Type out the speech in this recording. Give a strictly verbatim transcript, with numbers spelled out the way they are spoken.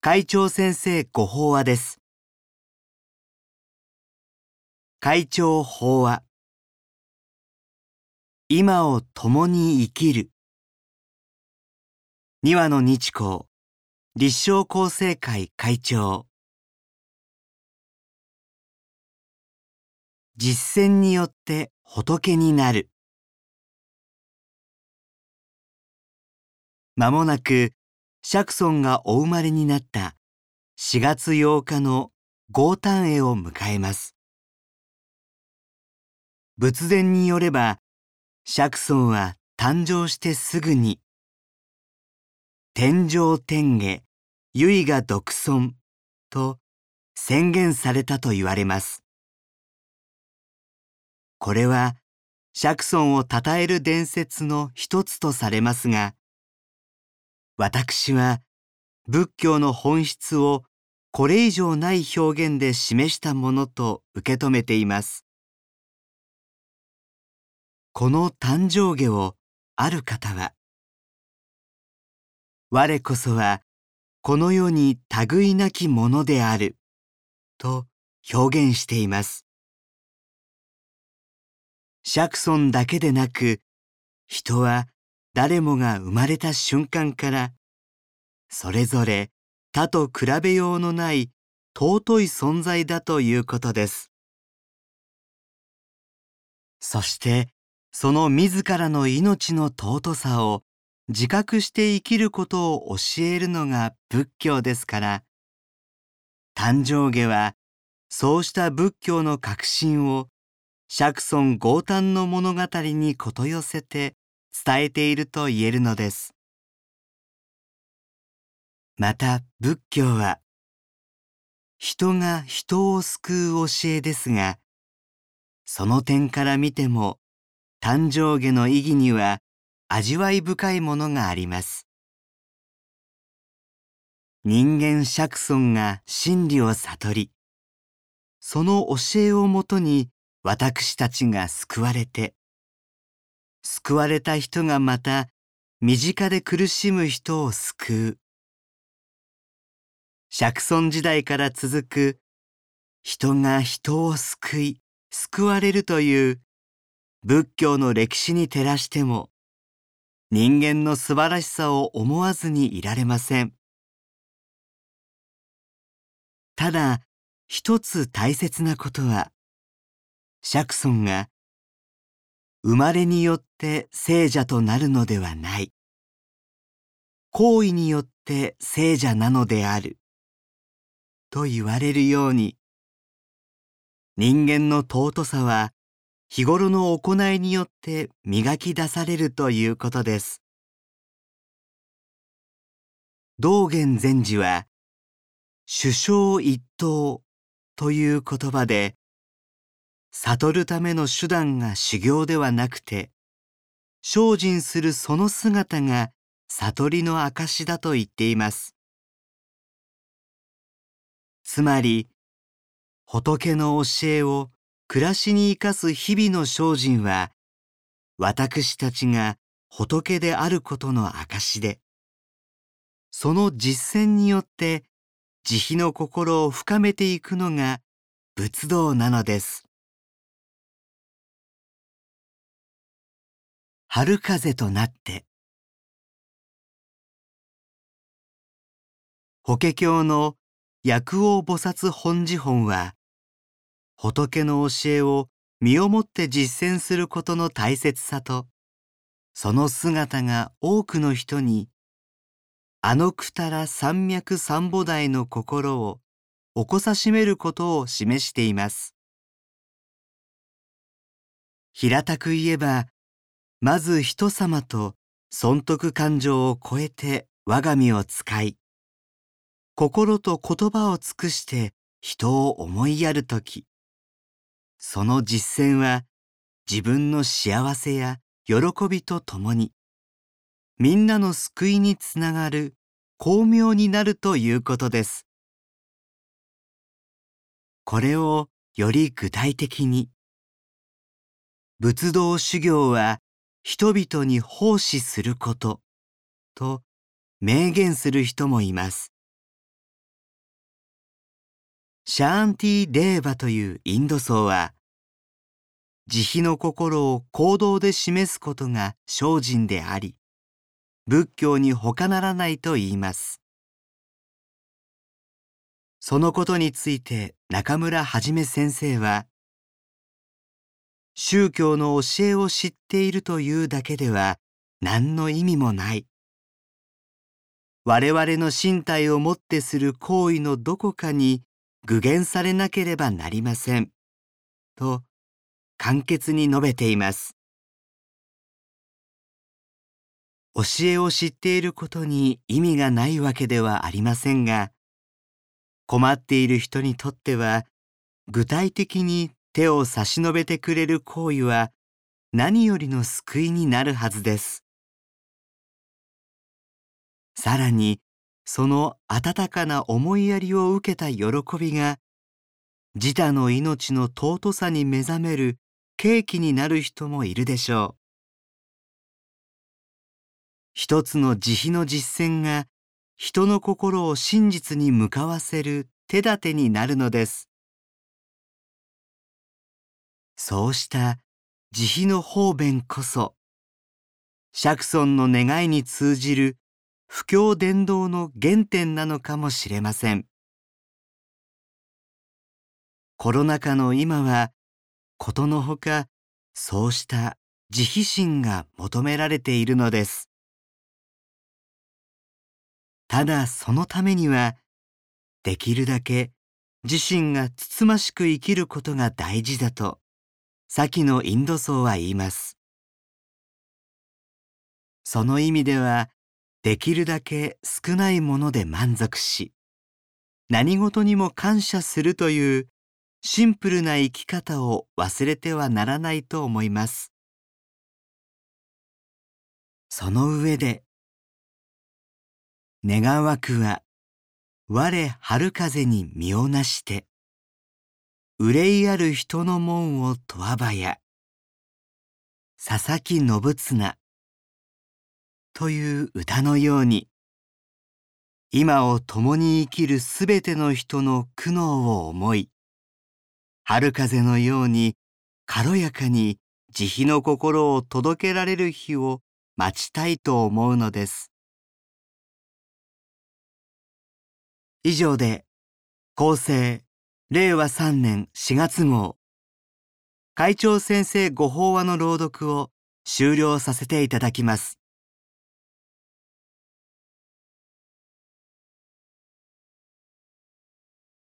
会長先生ご法話です。会長法話。今を共に生きる。にわの日光、立正厚生会会長。実践によって仏になる。まもなく、釈尊がお生まれになったしがつようかの豪誕会を迎えます。仏伝によれば、釈尊は誕生してすぐに、天上天下、唯我独尊と宣言されたと言われます。これは、釈尊を称える伝説の一つとされますが、私は仏教の本質をこれ以上ない表現で示したものと受け止めています。この誕生下をある方は、我こそはこの世に類なきものであると表現しています。釈尊だけでなく、人は誰もが生まれた瞬間からそれぞれ他と比べようのない尊い存在だということです。そしてその自らの命の尊さを自覚して生きることを教えるのが仏教ですから、誕生下はそうした仏教の核心を釈尊豪誕の物語にこと寄せて伝えていると言えるのです。また仏教は、人が人を救う教えですが、その点から見ても、誕生下の意義には味わい深いものがあります。人間釈尊が真理を悟り、その教えをもとに私たちが救われて、救われた人がまた身近で苦しむ人を救う。釈尊時代から続く人が人を救い、救われるという仏教の歴史に照らしても、人間の素晴らしさを思わずにいられません。ただ、一つ大切なことは、釈尊が生まれによって聖者となるのではない。行為によって聖者なのである。と言われるように、人間の尊さは日頃の行いによって磨き出されるということです。道元禅師は、主将一刀という言葉で、悟るための手段が修行ではなくて、精進するその姿が悟りの証だと言っています。つまり、仏の教えを暮らしに生かす日々の精進は、私たちが仏であることの証で、その実践によって慈悲の心を深めていくのが仏道なのです。春風となって。法華経の薬王菩薩本寺本は、仏の教えを身をもって実践することの大切さと、その姿が多くの人に、あのくたら山脈三菩提の心を起こさしめることを示しています。平たく言えば、まず人様と損得感情を超えて我が身を使い、心と言葉を尽くして人を思いやるとき、その実践は自分の幸せや喜びとともに、みんなの救いにつながる光明になるということです。これをより具体的に、仏道修行は人々に奉仕することと明言する人もいます。 シャーンティ・デーバというインド僧は、慈悲の心を行動で示すことが精進であり、仏教に他ならないと言います。そのことについて中村はじめ先生は、宗教の教えを知っているというだけでは何の意味もない。我々の身体をもってする行為のどこかに具現されなければなりません。と簡潔に述べています。教えを知っていることに意味がないわけではありませんが、困っている人にとっては、具体的に手を差し伸べてくれる行為は何よりの救いになるはずです。さらに、その温かな思いやりを受けた喜びが、自他の命の尊さに目覚める契機になる人もいるでしょう。一つの慈悲の実践が、人の心を真実に向かわせる手立てになるのです。そうした慈悲の方便こそ、釈尊の願いに通じる布教伝道の原点なのかもしれません。コロナ禍の今は、ことのほかそうした慈悲心が求められているのです。ただそのためには、できるだけ自身がつつましく生きることが大事だと、先のインド僧は言います。その意味では、できるだけ少ないもので満足し、何事にも感謝するというシンプルな生き方を忘れてはならないと思います。その上で、願わくは、我春風に身をなして、憂いある人の門を問わばや、佐々木信綱という歌のように、今を共に生きるすべての人の苦悩を思い、春風のように軽やかに慈悲の心を届けられる日を待ちたいと思うのです。以上で、厚生れいわさんねんしがつ号、会長先生ご法話の朗読を終了させていただきます。